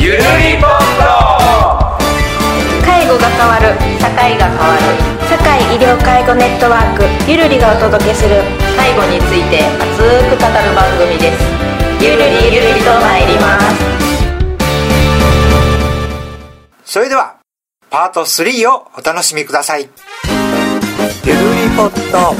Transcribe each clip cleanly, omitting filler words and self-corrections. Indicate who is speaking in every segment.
Speaker 1: ゆるりぽんと
Speaker 2: 介護が変わる、社会が変わる、社会医療介護ネットワークゆるりがお届けする介護について熱く語る番組です。ゆるりゆるりと参ります。
Speaker 3: それではパート3をお楽しみください。ゆるりぽっと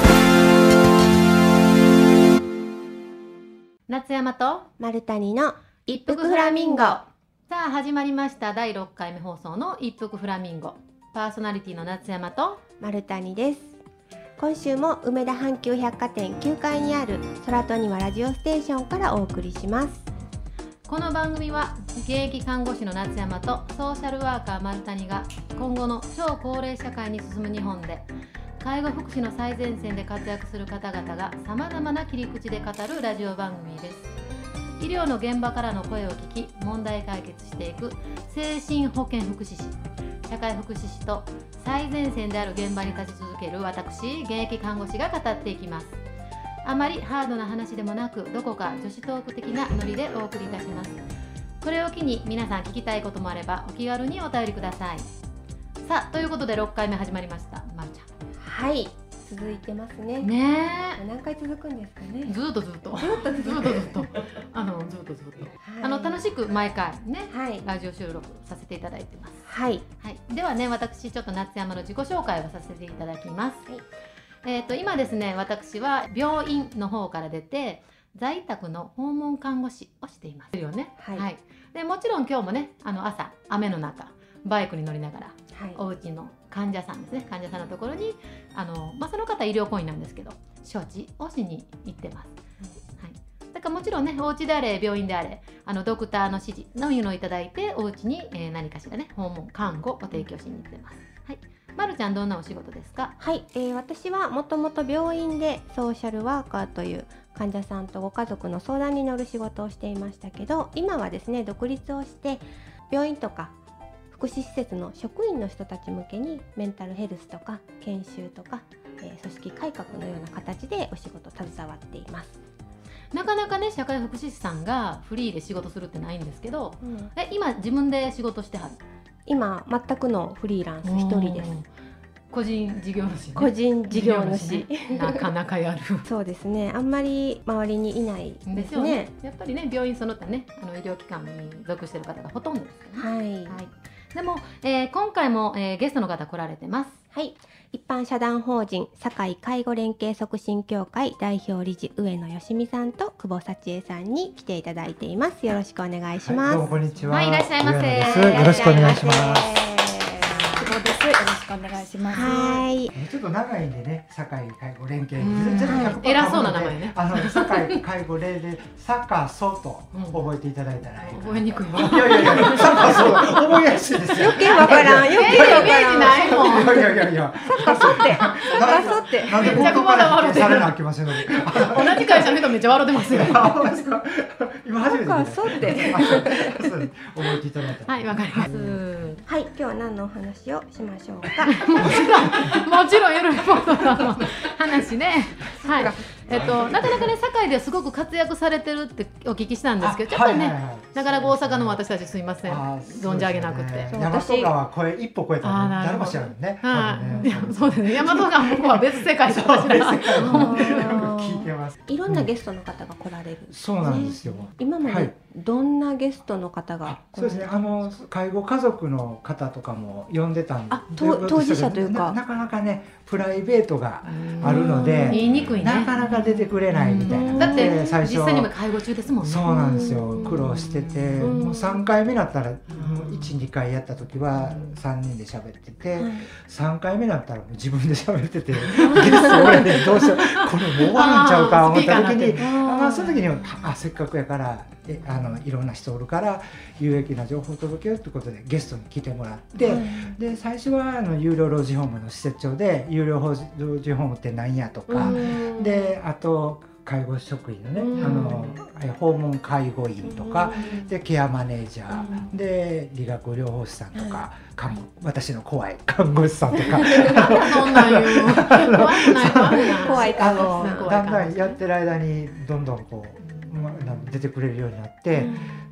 Speaker 4: 夏山と
Speaker 5: 丸谷の
Speaker 4: 一服フラミンゴ。さあ始まりました第6回目放送の一服フラミンゴ。パーソナリティの夏山と
Speaker 5: 丸谷です。今週も梅田阪急百貨店9階にある空と庭ラジオステーションからお送りします。
Speaker 4: この番組は現役看護師の夏山とソーシャルワーカー丸谷が今後の超高齢社会に進む日本で介護福祉の最前線で活躍する方々がさまざまな切り口で語るラジオ番組です。医療の現場からの声を聞き問題解決していく精神保健福祉士、社会福祉士と最前線である現場に立ち続ける私現役看護師が語っていきます。あまりハードな話でもなくどこか女子トーク的なノリでお送りいたします。これを機に皆さん聞きたいこともあればお気軽にお便りください。さあということで6回目始まりました。まるちゃん。
Speaker 5: はい、続いてますね。
Speaker 4: ねえ。
Speaker 5: 何回続くんですかね。
Speaker 4: ずっと楽しく毎回ね、はい、ラジオ収録させていただいてます。はい、はい、ではね、私ちょっと夏山の自己紹介をさせていただきます。はい、今ですね、私は病院の方から出て在宅の訪問看護師をしていますよね。はい、はい、でもちろん今日もね、朝雨の中バイクに乗りながら、はい、お家の患者さんですね、患者さんのところにその方医療行為なんですけど処置をしに行ってます。はい、だからもちろんね、お家であれ病院であれドクターの指示のいうのをいただいてお家に、何かしらね訪問看護を提供しに行ってます。はい、まるちゃんどんなお仕事ですか？
Speaker 5: はい、私はもともと病院でソーシャルワーカーという患者さんとご家族の相談に乗る仕事をしていましたけど、今はですね独立をして病院とか福祉施設の職員の人たち向けにメンタルヘルスとか研修とか、組織改革のような形でお仕事携わっています。
Speaker 4: なかなかね社会福祉士さんがフリーで仕事するってないんですけど、今自分で仕事してはる？
Speaker 5: 今全くのフリーランス一人です。
Speaker 4: 個人事業主、ね、
Speaker 5: 個人事業主、
Speaker 4: なかなかやる
Speaker 5: そうですね、あんまり周りにいないですね。
Speaker 4: やっぱりね病院その他ね医療機関に属している方がほとんどですからね。はい、はい、でも、今回も、ゲストの方来られてます。
Speaker 5: はい、一般社団法人堺介護連携促進協会代表理事上野よしみさんと久保幸恵さんに来ていただいています。よろしくお願いします。
Speaker 3: どうもこんにちは。
Speaker 4: はい、いらっしゃいませ。よ
Speaker 3: ろしくお願いします。
Speaker 6: 久保です。よろしくお願いします。
Speaker 5: はい。
Speaker 3: ちょっと長いんでね、堺介護連携。
Speaker 4: 偉そうな名前ね。
Speaker 3: 堺介護連携サカソと覚えていただいたらいい。
Speaker 4: 覚えにくいわ。
Speaker 3: いやサカソ覚えやすいですよ。
Speaker 5: 余計わからん。余計わからん。
Speaker 4: ないもん。
Speaker 3: いや。
Speaker 5: サカソって。
Speaker 3: なんでここから否定されなきませんので。
Speaker 4: 同じ会社の人めっちゃ笑ってますよ。
Speaker 3: 今初めて。
Speaker 5: サカソって。
Speaker 3: 覚えていただいたら。
Speaker 4: はい、わかります。
Speaker 5: はい、今日は何のお話をしましょうか。
Speaker 4: もちろんゆるりぽんの話ね。はい。なかなかね堺ではすごく活躍されてるってお聞きしたんですけど、ちょっとね、なかなか大阪の私たちすいません、存じ上げなくて。
Speaker 3: 大和川一歩越えたら誰も知らんね。
Speaker 4: そうですね。大和川向こうは別世界かもしれない。
Speaker 3: 聞いてます。
Speaker 5: いろんなゲストの方が来られる。
Speaker 3: そうなんですよ。
Speaker 5: 今までどんなゲストの方が？
Speaker 3: そうですね。介護家族の方とかも呼んでたんで、
Speaker 5: 当事者というか
Speaker 3: なかなかねプライベートがあるので
Speaker 4: 言いにくいね。
Speaker 3: なかなか出てくれないみたいな。
Speaker 4: だって実際にも介護中ですもんね。
Speaker 3: そうなんですよ。苦労してて、もう3回目になったら1、2回やった時は3人で喋ってて、3回目になったらもう自分で喋ってて、ゲスト俺でどうしようこれもう終わるんちゃうか思った時に、その時にせっかくやからいろんな人おるから有益な情報を届けようということでゲストに来てもらって、で最初は有料老人ホームの施設長で有料老人ホームって何やとか、であと介護職員のね、訪問介護員とか、でケアマネージャー、で理学療法士さんとか、私の怖い看護師さんとか
Speaker 4: そんなん言う
Speaker 5: 怖い看護師さん
Speaker 3: だんだんやってる間にどんどんこう出てくれるようになって、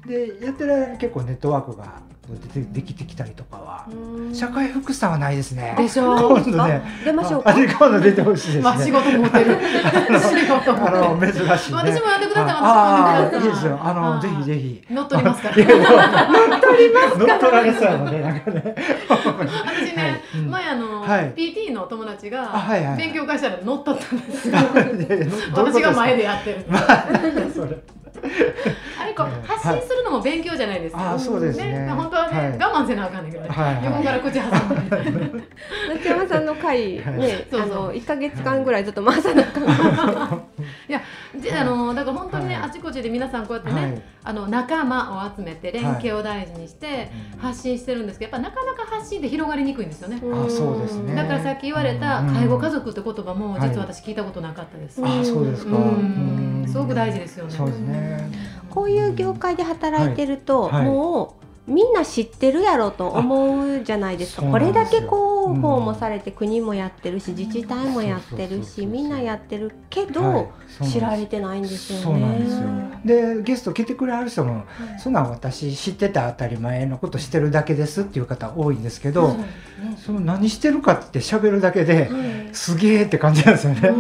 Speaker 3: でやってる間に結構ネットワークができてきたりとかは、社会福祉さんはないですね。
Speaker 4: でしょう。
Speaker 3: 今度ね、
Speaker 5: 出ましょうか。
Speaker 3: 今度出てほしいですね。
Speaker 4: まあ仕事持ってる。仕事持ってる。
Speaker 3: 珍しいね。
Speaker 4: 私も呼んでください。
Speaker 3: ああ、いいですよ。ぜひぜひ。
Speaker 4: 乗っ取りますから。
Speaker 3: 乗っ取られそうやもんね、なんかね。
Speaker 4: 私ね、前PT の友達が勉強会したら乗っ取ったんですよ。私が前でやってる。あれこう発信するのも勉強じゃないですか。
Speaker 3: そうですね。
Speaker 4: 本当はね、我慢せなあかんねんけど、横から口挟むみたいな。
Speaker 5: 夏山さんの会ね、1ヶ月間ぐらいずっと回さなあかん。
Speaker 4: いや、だから本当にね、あちこちで皆さんこうやってね、仲間を集めて連携を大事にして発信してるんですけど、やっぱなかなか発信って広がりにくいんですよね。
Speaker 3: そうですね。
Speaker 4: だからさっき言われた介護家族って言葉も実は私聞いたことなかったです。
Speaker 3: そうですか。
Speaker 4: すごく大事ですよね。
Speaker 3: そうですね。
Speaker 5: こういう業界で働いてると、もうみんな知ってるやろうと思うじゃないですか。これだけ広報もされて国もやってるし自治体もやってるしみんなやってるけど知られてないんですよね。
Speaker 3: そうなんですよ。でゲスト来てくれはる人もそんなん私知ってた当たり前のことしてるだけですっていう方多いんですけど、その何してるかって喋るだけですげえって感じなんですよね。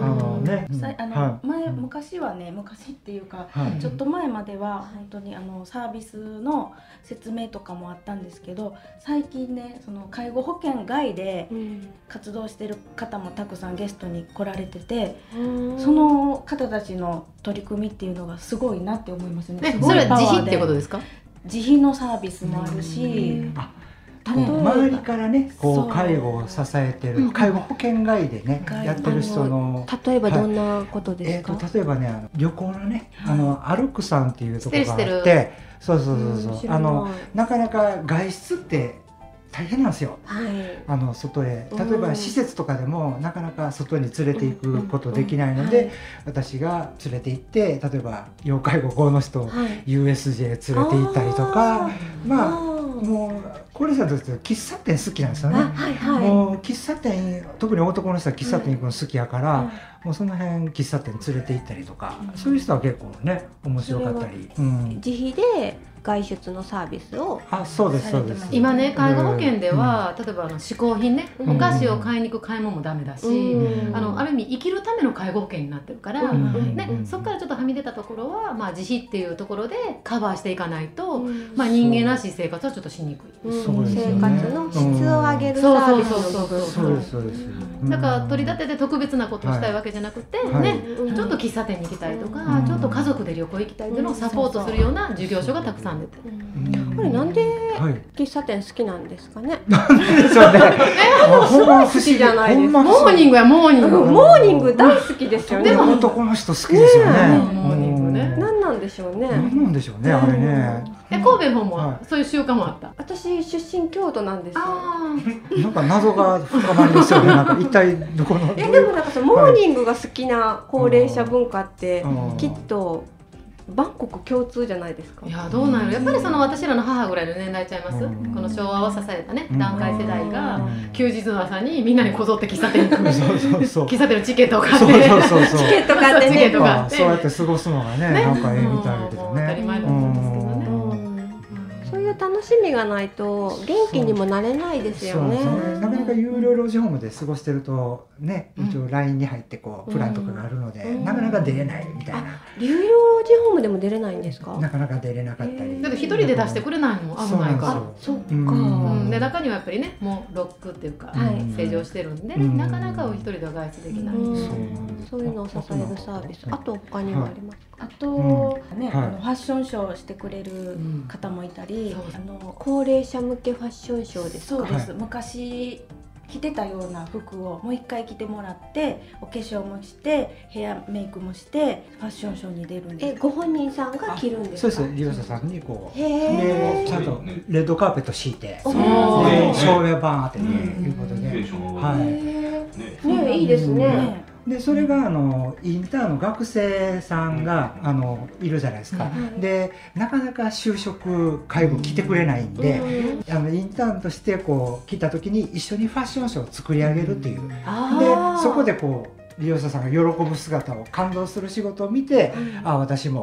Speaker 6: 昔はね、昔っていうかちょっと前までは本当にサービスの説明とかもあったんですけど、最近ね、その介護保険外で活動してる方もたくさんゲストに来られてて、その方たちの取り組みっていうのがすごいなって思いますね。
Speaker 4: それは自費ってことですか？
Speaker 6: 自費のサービスもあるし、
Speaker 3: 周りからね、こう介護を支えてる介護保険外でねやってる人の、
Speaker 5: 例えばどんなことですか？
Speaker 3: 例えばね、旅行のね、歩くさんっていうところがあって、そうなかなか外出って大変なんですよ。外へ、例えば施設とかでもなかなか外に連れて行くことできないので、私が連れて行って、例えば要介護5の人を USJ 連れて行ったりとか、もう高齢者としては喫茶店好きなんですよね。もう喫茶店、特に男の人は喫茶店行くの好きやから、もうその辺喫茶店連れて行ったりとか、そういう人は結構ね面白かったり。
Speaker 5: 自費で外出のサービスを。
Speaker 3: そうですそうです。
Speaker 4: 今ね、介護保険では例えば嗜好品ね、お菓子を買いに行く買い物もダメだし、ある意味生きるための介護保険になってるからね、そこからちょっとはみ出たところは自費っていうところでカバーしていかないと、人間らしい生活はちょっとしにくい。
Speaker 5: 生活の質を上げるサービスの部分。
Speaker 3: そうですそうです。
Speaker 4: だから取り立てで特別なことをしたいわけじゃなくてね、ちょっと喫茶店に行きたいとか、ちょっと家族で旅行行きたいというのをサポートするような事業所がたくさん出てる。
Speaker 5: これなんで喫茶店好きなんですかね。
Speaker 3: なんでしょうね。
Speaker 5: すごい好きじゃないですか。
Speaker 4: モーニングやモーニング。
Speaker 5: モーニング大好きですよね。
Speaker 3: でも男の人好きですよね。
Speaker 4: モーニングね。
Speaker 5: 何なんでしょうね。
Speaker 3: 何なんでしょうね、あれね。
Speaker 4: 神戸の方もそういう習慣もあった。
Speaker 5: 私出身京都なんですよ。
Speaker 3: なんか謎が深まりですよね。なんか一体どこの。
Speaker 5: でもなんかそのモーニングが好きな高齢者文化ってきっと万国共通じゃないですか。
Speaker 4: いやどうなの、やっぱりその私らの母ぐらいの年代ちゃいます。この昭和を支えたね団塊世代が休日の朝にみんなにこぞって喫茶店に行く。喫茶店のチケットを買って、チケット買ってね、
Speaker 3: そうやって過ごすのがね、なんかいいみたいだけどね。
Speaker 4: 当たり前なんですけどね。
Speaker 5: そういう楽しみがないと元気にもなれないですよね。
Speaker 3: なかなか有料老人ホームで過ごしてるとね、一応 LINE に入ってこうプランとかがあるので、なかなか出れないみたいな。
Speaker 5: 有料老人ホームでも出れないんですか？
Speaker 3: なかなか出れなかったり。
Speaker 4: だって一人で出してくれないのも危ないから。
Speaker 5: そっか。
Speaker 4: で中にはやっぱりね、もうロックっていうか正常してるんで、なかなかお一人では外出できない。
Speaker 5: そういうのを支えるサービス。あと他にもありますか？
Speaker 6: あとね、ファッションショーをしてくれる方もいたり、
Speaker 5: 高齢者向けファッションショーですか？
Speaker 6: そうです。昔着てたような服をもう一回着てもらって、お化粧もしてヘアメイクもしてファッションショーに出るんです。
Speaker 5: ご本人さんが着るんですか？
Speaker 3: そうです。利用者さんにこうちゃんとレッドカーペット敷いて、照明バーンっていうことで、
Speaker 5: ね、いいですね。
Speaker 3: でそれがインターンの学生さんがいるじゃないですか。でなかなか就職介護来てくれないんで、インターンとしてこう来た時に一緒にファッションショーを作り上げるっていう。でそこでこう利用者さんが喜ぶ姿を感動する仕事を見て、私も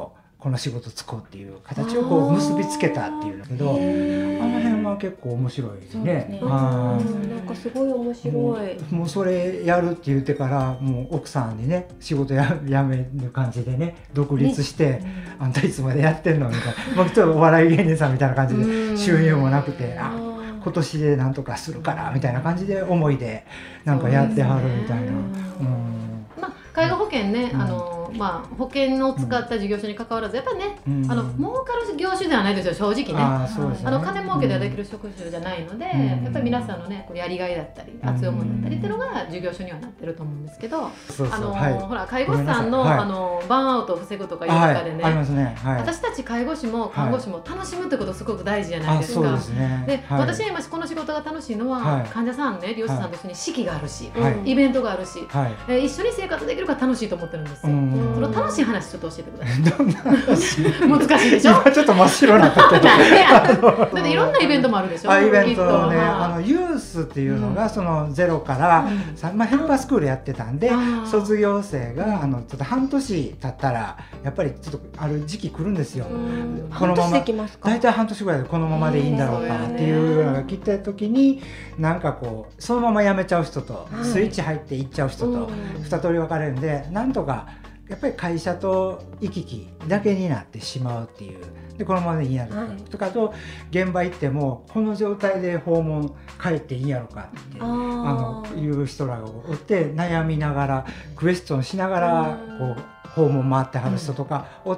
Speaker 3: この仕事つこうっていう形をこう結びつけたっていうんだけど、あの辺は結構面白いですね。
Speaker 5: なんかすごい面白い。
Speaker 3: もうそれやるって言ってからもう奥さんにね仕事やめる感じでね独立して、あんたいつまでやってんのみたいな、まあ、ちょっとお笑い芸人さんみたいな感じで収入もなくて、今年でなんとかするからみたいな感じで思いでなんかやってはるみたいな。
Speaker 4: まあ介護保険ね、まあ保険を使った事業所に関わらずやっぱりね、儲かる業種ではないですよ正直ね。金儲けではできる職種じゃないので、やっぱり皆さんのねこうやりがいだったり熱い思いだったりっていうのが事業所にはなってると思うんですけど、ほら介護士さんのバーンアウトを防ぐとかいう中でね、私たち介護士も看護師も楽しむってことすごく大事じゃないですか。で、私は今この仕事が楽しいのは患者さんね利用者さんと一緒に式があるし、イベントがあるし、一緒に生活できるから楽しいと思ってるんですよ。その楽しい話ちょっと教えてください。どんな話？難しいでしょ。
Speaker 3: 今ちょっと真っ白なったけど。
Speaker 4: だっていろんなイベントもあるでしょ。
Speaker 3: イベントね、ユースっていうのがそのゼロからまあヘルパースクールやってたんで、卒業生がちょっと半年経ったらやっぱりちょっとある時期来るんですよ。このまま大体半年ぐらいでこのままでいいんだろうかっていうのが来た時になんかこうそのまま辞めちゃう人とスイッチ入っていっちゃう人と二通り分かれるんで、なんとかやっぱり会社と行き来だけになってしまうっていう。でこのままでいいんやろかとかと現場行ってもこの状態で訪問帰っていいんやろかっていう人らがおって悩みながらクエスチョンしながらこう訪問回ってはる人とかおって、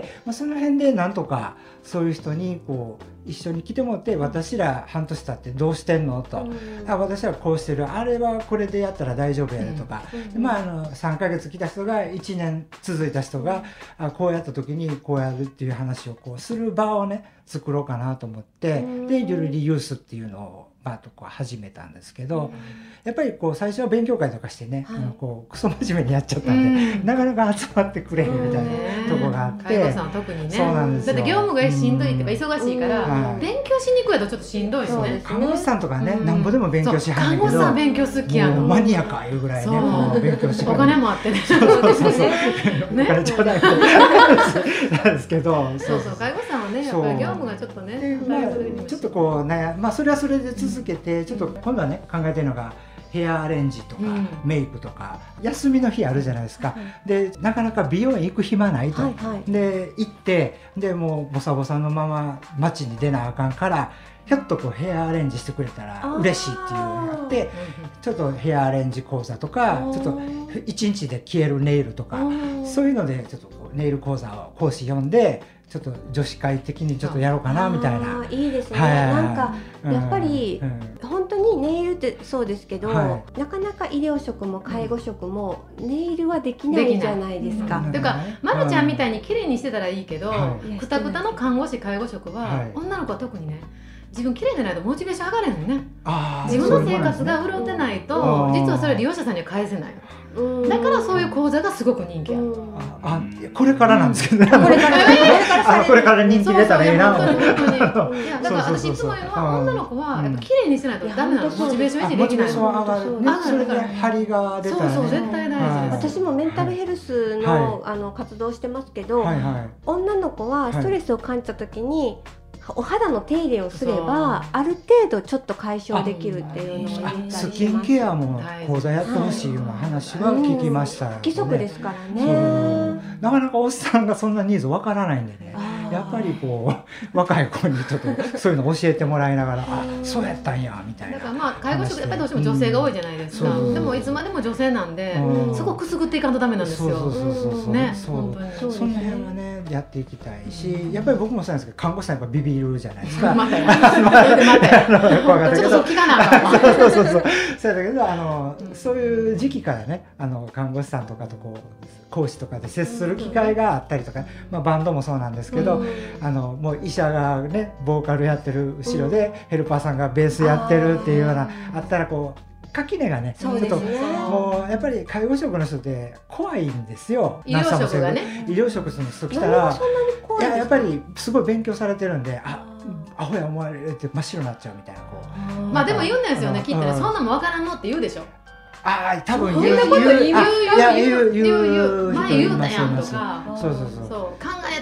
Speaker 3: その辺でなんとかそういう人にこう一緒に来てもらって、私ら半年経ってどうしてんのと、私らこうしてる、あれはこれでやったら大丈夫やでとか、3ヶ月来た人が1年続いた人がこうやった時にこうやるっていう話をこうする場をね作ろうかなと思って、でゆるりユースっていうのをこう始めたんですけど、やっぱりこう最初は勉強会とかしてね、こうクソ真面目にやっちゃったんで、なかなか集まってくれへんみたいなとこがあって、
Speaker 4: 介護さんは特にね。
Speaker 3: そうなんですよ。
Speaker 4: だって業務がしんどいっていうか忙しいから勉強しに行くやとちょっとしんどいですね。
Speaker 3: 看護師さんとかね、なんぼでも勉強しはんねんけど、
Speaker 4: 看護師さん勉強好きやの。
Speaker 3: マニアかいうぐらいね、もう勉強しはん。
Speaker 4: お金もあってね。
Speaker 3: お金ちょうだいなんですけど、
Speaker 4: そう介護士さんはね、やっぱり業務がちょっとね、
Speaker 3: ちょっとこうそれはそれで続けて、ちょっと今度はね考えてるのがヘアアレンジとかメイクとか、休みの日あるじゃないですか。でなかなか美容院行く暇ないと、で行ってでもうボサボサのまま街に出なあかんから、ひょっとこうヘアアレンジしてくれたら嬉しいっていうのがあって、ちょっとヘアアレンジ講座とか、ちょっと1日で消えるネイルとか、そういうのでちょっとこうネイル講座を講師呼んでちょっと女子会的にちょっとやろうかなみたいな。
Speaker 5: いいですね。なんかやっぱり本当にネイルってそうですけど、なかなか医療職も介護職もネイルはできないじゃないですか。
Speaker 4: というかまるちゃんみたいに綺麗にしてたらいいけど、くたくたの看護師介護職は女の子は特にね、自分綺麗でないとモチベーション上がれへんのね。自分の生活が潤ってないと実はそれ利用者さんには返せない。だからそういう講座がすごく人気や。
Speaker 3: これからなんですけどね。これから人気出たらいいな。
Speaker 4: だから私いつも言うのは、女の子はやっぱ綺麗にしてないとダメなの。モチベーション維持できないの。
Speaker 3: それで張りが出たらね。
Speaker 4: そう絶対大事です。
Speaker 5: 私もメンタルヘルスの活動してますけど、女の子はストレスを感じた時にお肌の手入れをすればある程度ちょっと解消できるっていうのを言ったりします。
Speaker 3: スキンケアも講座やってほしいような話は聞きましたよね。
Speaker 5: 不規則ですからね。
Speaker 3: なかなかおっさんがそんなニーズわからないんでね、やっぱりこう若い子にちょっとそういうの教えてもらいながら、そうやったんやみたいな。
Speaker 4: だから介護職やっぱりどうしても女性が多いじゃないですか。でもいつまでも女性なんで、そこくすぐっていかんとダメなんですよ。ね、本当に
Speaker 3: その辺はねやっていきたいし、やっぱり僕もそうなんですけど、看護師さんやっぱビビるじゃないですか。
Speaker 4: 待てちょっとそう聞かなあかんわ。
Speaker 3: そうだけどそういう時期からね、看護師さんとかとこう講師とかで接する機会があったりとか、バンドもそうなんですけど、もう医者がねボーカルやってる後ろでヘルパーさんがベースやってるっていうようなあったら、こう垣根がね、ちょっともうやっぱり介護職の人って怖いんですよ。
Speaker 4: 医療職がね、
Speaker 3: 医療職の人来たらやっぱりすごい勉強されてるんで、アホや思われるって真っ白になっちゃうみたいな。
Speaker 4: でも言うんですよね、きっとね、そんなも分からんのって言うでしょ。
Speaker 3: 多分
Speaker 4: 言う前言うたやんとか、
Speaker 3: そう
Speaker 4: 考え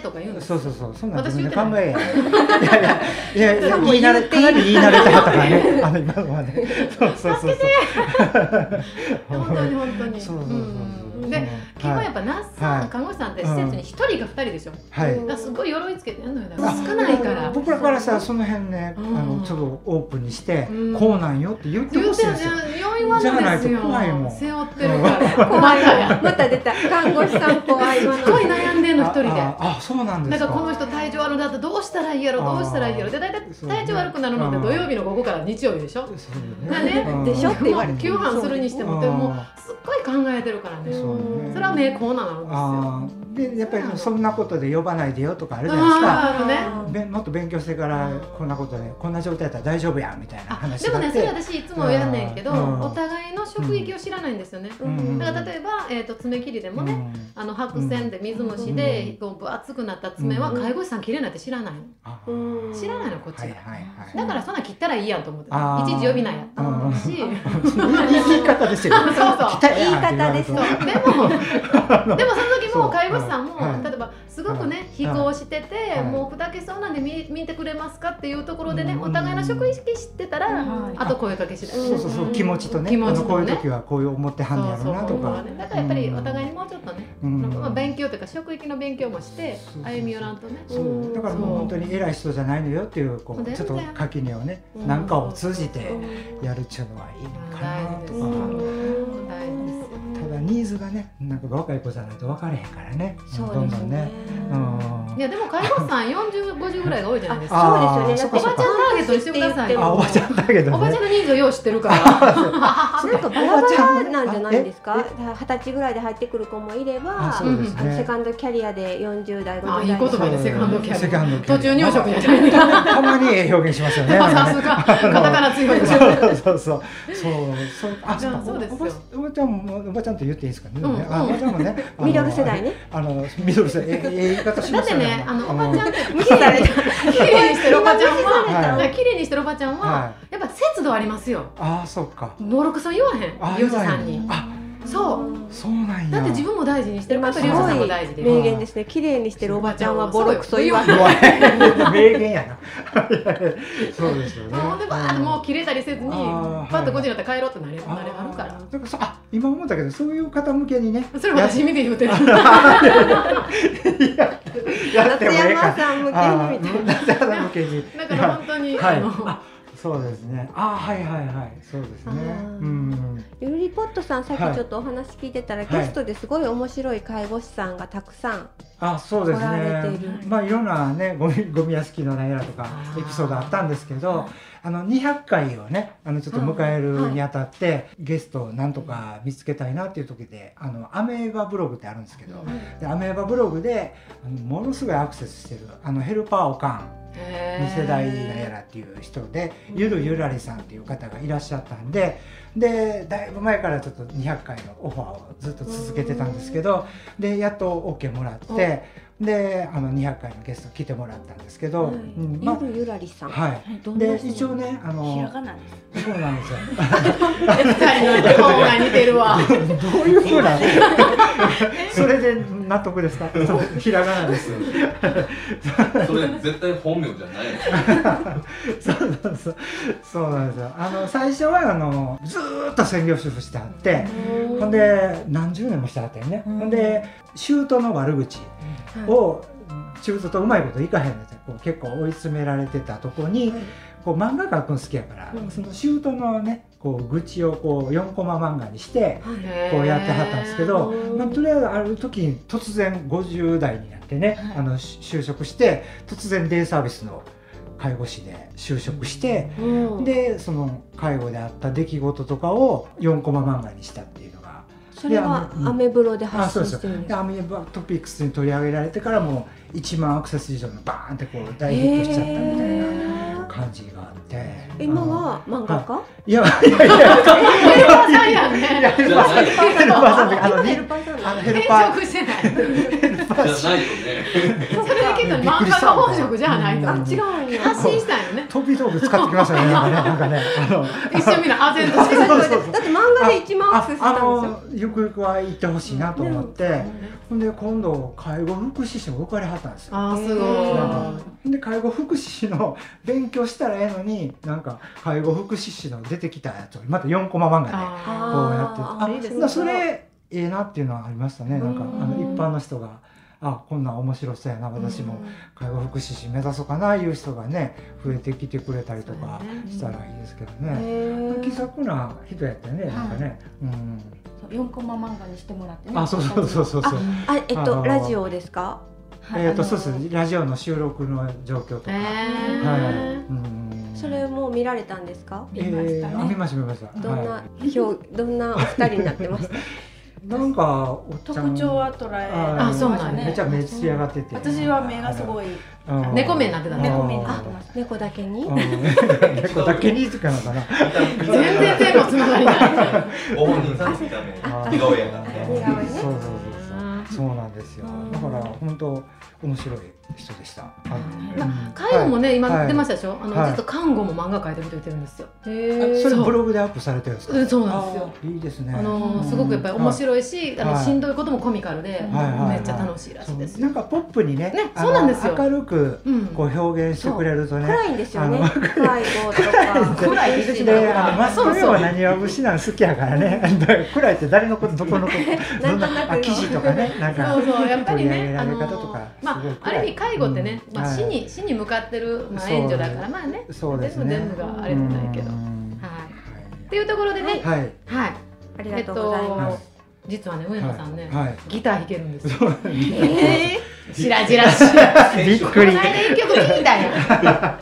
Speaker 4: とか言うんです。
Speaker 3: そうそうそう、そんな
Speaker 4: 私
Speaker 3: 自分で考えや。いや言い慣れ、かなり言い慣れてはったからね、今のまで。そうそうそうそう。
Speaker 4: 本当に本当に。
Speaker 3: そうそうそう。
Speaker 4: で、基本やっぱナースさん、看護師さんって施設に1人か2人でしょ。はい。だからすごい鎧つけてやるのよ。少ないから。
Speaker 3: 僕らからしたらその辺ね、ちょっとオープンにしてこうなんよって言ってほしいんですよ。じゃないと怖いもん。
Speaker 4: 背負ってるから怖いから。
Speaker 5: また出た。看護師さん怖い。
Speaker 4: すごい悩んでんの一人で。
Speaker 3: あ、そうなんですか。
Speaker 4: なんかこの人体調悪くなったらどうしたらいいやろ、どうしたらいいやろ。で、大体体調悪くなるのって土曜日の午後から日曜日でしょ。
Speaker 5: でしょって言われて。
Speaker 4: 休班するにしてもでもすっごい考えてるからね。それは名コーナーなんですよ。
Speaker 3: でやっぱりそんなことで呼ばないでよとかあるじゃないですか。もっと勉強してからこんなことでこんな状態だったら大丈夫やみたいな話があって。
Speaker 4: でもね、それ私いつもやんねんけど、お互いの職域を知らないんですよね。だから例えば爪切りでもね、白線で水虫でこう分厚くなった爪は介護士さん切れないって知らないの。知らないのこっちが。だからそんな切ったらいいやんと思って、いちいち呼びないやと思うし。
Speaker 3: 言い方ですよ。
Speaker 4: そうそう。
Speaker 5: 言い方です。
Speaker 4: でもその時も介護士さんも例えばすごくね非行しててもう砕けそうなんで見てくれますかっていうところでね、お互いの職域知ってたらあと声かけしない。
Speaker 3: そうそうそう、気持ちとね、こういう時はこういう思ってはんねやろうなとか。
Speaker 4: だからやっぱりお互いにもうちょっとね、勉強というか職域の勉強もして歩み寄らんとね。
Speaker 3: だからもう本当に偉い人じゃないのよっていうちょっと垣根をね、なんかを通じてやるっていうのはいいのかなとか。ただニーズがね、なんか若い子じゃないと分かれへんからね。どんどんね。
Speaker 4: いやでも介護士さん40、50ぐらいが多いじゃないですか。
Speaker 5: そうですよね。
Speaker 4: おばちゃんターゲットにしてくださいよ。
Speaker 3: おばちゃんターゲット。
Speaker 4: おばちゃんのニーズをよう知ってるから。
Speaker 5: なんかバラバラなんじゃないですか。20歳ぐらいで入ってくる子もいれば、セカンドキャリアで40代、50代。
Speaker 4: いい言葉でセカンドキャリア。途中入職み
Speaker 3: たいな。たまに表現しますよね。
Speaker 4: さすが。カタカナ強いでしょ。
Speaker 3: そうそう。
Speaker 4: そうですよ。
Speaker 3: おばちゃんもおばちゃんって言っていいですかね。おばちゃんもね。
Speaker 5: ミドル世代ね。
Speaker 3: ミドル世代。言い方しますよね。
Speaker 4: おばちゃんって綺麗にしてるおばちゃんは綺麗にしてるおばちゃんはやっぱ節度ありますよ。
Speaker 3: ああ、そうか。
Speaker 4: ボロクソ言わへん、リュウジさんに。
Speaker 3: そうなんや。
Speaker 4: だって自分も大事にしてるからリュウジさんも大事で。
Speaker 5: 名言ですね。綺麗にしてるおばちゃんはボロクソ言わへん。
Speaker 3: 名言やな。そうですよね。
Speaker 4: ほんでバーッともう切れたりせずにバッと5時になって帰ろうってなるから。
Speaker 3: 今思ったけどそういう方向けにね。
Speaker 4: それ私見て言うてる。
Speaker 3: やってもええか。
Speaker 5: 夏山さん向けにみたいな。
Speaker 3: 夏山向けに。
Speaker 4: だから本当に
Speaker 3: そうですね。はいはいはい。そうですね。
Speaker 5: ゆるりポットさん、さっきちょっとお話聞いてたら、ゲストですごい面白い介護士さんがたくさん
Speaker 3: そうですね。まあいろんなねゴミ屋敷のなんやらとかエピソードあったんですけど、200回をねちょっと迎えるにあたってゲストをなんとか見つけたいなっていう時でアメーバブログってあるんですけど、アメーバブログでものすごいアクセスしてるヘルパーおかん2世代なんやらっていう人でゆるゆらりさんっていう方がいらっしゃったんでだいぶ前からちょっと200回のオファーをずっと続けてたんですけど、でやっと OK もらってで200回のゲスト来てもらったんですけど、
Speaker 5: ゆるゆらりさん、
Speaker 3: で一応ね
Speaker 6: ひらがなです。
Speaker 3: そうなんですよ。
Speaker 4: 2人の方が似てるわ。
Speaker 3: どういうふうなそれで納得ですか？ひらがなです。
Speaker 1: それ絶対本名じゃない。
Speaker 3: そうなんですよ。最初はずーっと専業主婦してあって、ほんで何十年もしてあったよね。ほんで舅の悪口を舅とうまいこといかへんので結構追い詰められてたとこに漫画描くの好きやから、その舅のね愚痴を4コマ漫画にしてやってはったんですけど、とりあえずある時に突然50代になってね就職して突然デイサービスの介護士で就職して、でその介護であった出来事とかを4コマ漫画にしたっていうのが。
Speaker 5: それはアメブロで発信してるんですか？
Speaker 3: アメブロトピックスに取り上げられてからもう1万アクセス以上のバーンって大ヒットしちゃったみたいな感じがあって、
Speaker 5: 今は漫画家？
Speaker 3: いや
Speaker 4: ヘルパーさんやね。
Speaker 3: ヘルパーさんヘルパー
Speaker 4: 転職してない。
Speaker 1: じゃないよね。
Speaker 4: それできっと漫画が本職じゃないと。
Speaker 5: あ、違うんや。
Speaker 4: 発信したんよね。
Speaker 3: 飛び道具使ってきましたね。なんかね、
Speaker 4: 一緒みんな唖然として
Speaker 5: だって漫画で一番アクセスしたんですよ。
Speaker 3: ゆくゆくは行ってほしいなと思って、ほんで今度介護福祉士も受かりはったんですよ。
Speaker 4: あ、すごい。
Speaker 3: で介護福祉士の勉強したらええのに、なんか介護福祉士の出てきたやつをまた4コマ漫画でこうやって、それええなっていうのはありましたね。なんか一般の人がこんなん面白そうやな、私も介護福祉士目指そうかないう人がね増えてきてくれたりとかしたらいいですけどね。気さくな人やったよね、なんかね。
Speaker 6: 4コマ漫画にしてもらってね。
Speaker 3: そう。
Speaker 5: ラジオですか？
Speaker 3: そうです。ラジオの収録の状況とか。
Speaker 5: それも見られたんですか？
Speaker 3: 見ました。
Speaker 5: どんなお二人になってました？
Speaker 3: なんか
Speaker 6: 特徴は捉えましたね。
Speaker 3: めちゃ目つやがってて。
Speaker 6: 私は目がすごい
Speaker 4: 猫目になってたね。
Speaker 5: 猫だけに？
Speaker 3: 猫だけにとかなのかな。
Speaker 4: 全然手もつながりない。
Speaker 1: ご本人さんの見た目似顔絵やからね。
Speaker 3: そうなんですよ。だから本当面白い人でした。
Speaker 4: 介護もね、今出ましたでしょ。ずっと看護も漫画描いてる人いてるんですよ。
Speaker 3: それブログでアップされてるんですか？
Speaker 4: そうなんですよ。
Speaker 3: いいですね。
Speaker 4: すごくやっぱり面白いし、しんどいこともコミカルでめっちゃ楽しいらしいです。
Speaker 3: なんかポップにね、
Speaker 4: そうなんですよ。
Speaker 3: 明るくこう表現してくれるとね。
Speaker 5: 暗いんですよね。介護とか
Speaker 3: 暗いですね。マスコミは何は節なん好きやからね。暗いって誰のことどこのことどんな記事とかね、なんか
Speaker 4: やっぱりね、
Speaker 3: あ
Speaker 4: る意味介護ってね、死に向かってる援助だからまあね、全部があれじゃないけど、っていうところでね、
Speaker 5: はい、ありがとうございます。
Speaker 4: 実はね、上野さんね、ギター弾けるんですよ。しらじらしい。
Speaker 3: びっくり。
Speaker 4: この間一曲聴いたんや。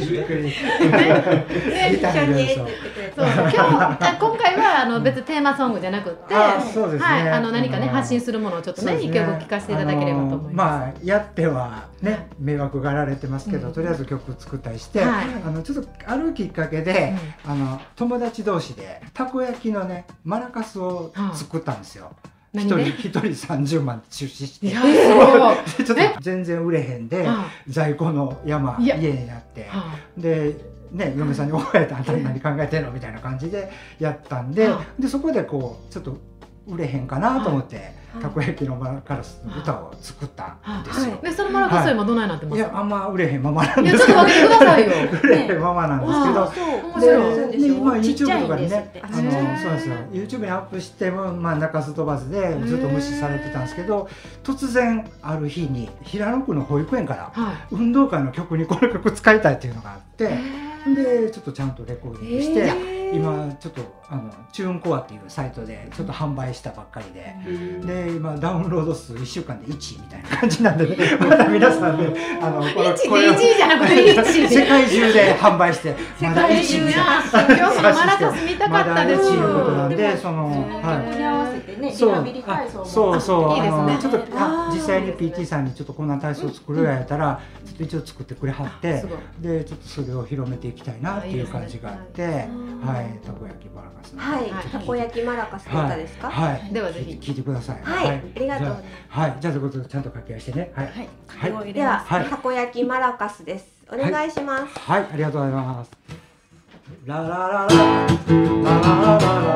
Speaker 4: 今回は別テーマソングじゃなくて、何かね発信するものをちょっとね一曲聴かせていただければと思います。
Speaker 3: やってはね迷惑がられてますけど、とりあえず曲作ったりして、ちょっとあるきっかけで友達同士でたこ焼きのねマラカスを作ったんですよ。一人30万出資して、ちょっと全然売れへんで在庫の山家になって、でね、嫁さんに怒られた、あんた何考えてんのみたいな感じでやったんで、そこでこうちょっと売れへんかなと思って、たこ焼きのマラカスの歌を作ったんですよ。
Speaker 4: でそのマラカスは今どないなってますか？
Speaker 3: いや、あんま売れへんままなんです
Speaker 4: けど。ちょっと分けてくださいよ。
Speaker 3: 売れへんままなんですけど、で今 YouTube とかにね、そうなんですよ。YouTube にアップしても鳴かず飛ばずでずっと無視されてたんですけど、突然ある日に平野区の保育園から運動会の曲にこの曲使いたいっていうのがあって、でちょっとちゃんとレコーディングして。今ちょっとチューンコアっていうサイトでちょっと販売したばっかりで、で今ダウンロード数1週間で1位みたいな感じなんでね、まだ皆さんで
Speaker 4: これ1位じゃなくて1位
Speaker 3: 世界中で販売してまだ1位みたいな、
Speaker 4: 今日そのマラカス見たかったです。
Speaker 3: まだ1位いうことなんで、その
Speaker 6: に合わせてね、リハビリ体操も
Speaker 3: そうちょっと実際に PT さんにちょっとこんな体操作るやったらちょっと一応作ってくれはって、でちょっとそれを広めていきたいなっていう感じがあって、たこ焼きマラカス。
Speaker 5: たこ焼きマラカスの歌ですか？
Speaker 4: ではぜひ
Speaker 3: 聞いてください。
Speaker 5: はい、ありがとうござい
Speaker 3: ます。じゃあということでちゃんと掛け合いしてね。はい。
Speaker 5: ではたこ焼きマラカスです。お願いします。
Speaker 3: はい、ありがとうございます。ラララララララララ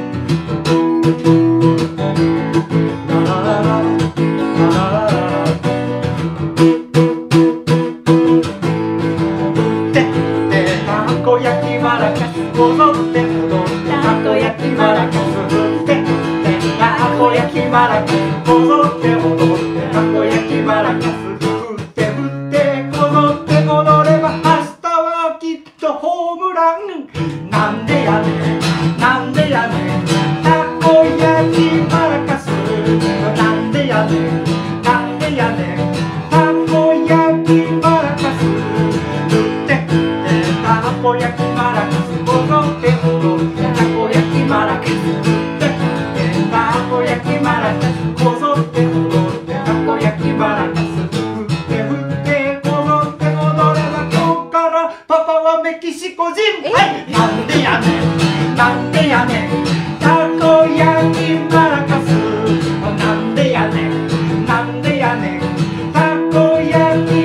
Speaker 3: マラカス踊って踊ってたこ焼きマラカス振って振って踊って踊れば明日はきっとホームラン。なんでやねんなんでやねんたこ焼きマラカス。なんでやねんなんでやねんたこ焼きマラカス。振って振ってたこ焼きマラカス踊って踊ってたこ焼きマラカス。たこ焼きマラカスこぞって踊ってたこ焼きマラカス。振って振って踊って踊れば今日からパパはメキシコ人。なんでやねんなんでやねんたこ焼きマラカス。なんでやねんなんでやねんたこ焼き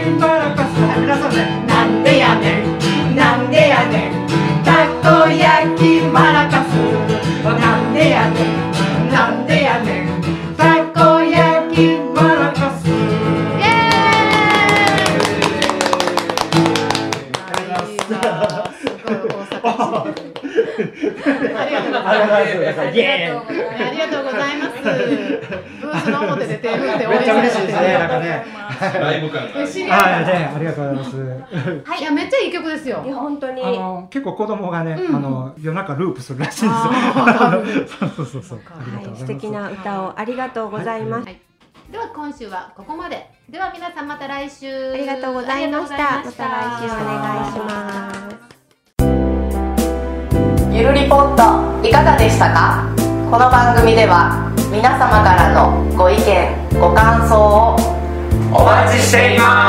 Speaker 7: なんでやねんなんでやねんたこ焼きマラカスなんでやねんなんでやねんたこ焼きマラカス。
Speaker 4: ありがとうございます。ブースの表で手を振って応援
Speaker 3: めっちゃ嬉しいですね。なんかね。
Speaker 1: ライブ感が。
Speaker 3: ありがとうございます。
Speaker 4: はい、いやめっちゃいい曲ですよ。
Speaker 5: いや本当に。
Speaker 3: 結構子供がね、夜中ループするらしいですよ。そう。
Speaker 5: 素敵な歌をありがとうございます。
Speaker 4: では今週はここまで。では皆さんまた来週。
Speaker 5: ありがとうございました。また来週お願いします。
Speaker 2: ゆるリポートいかがでしたか？この番組では皆様からのご意見ご感想を
Speaker 7: お待ちしています。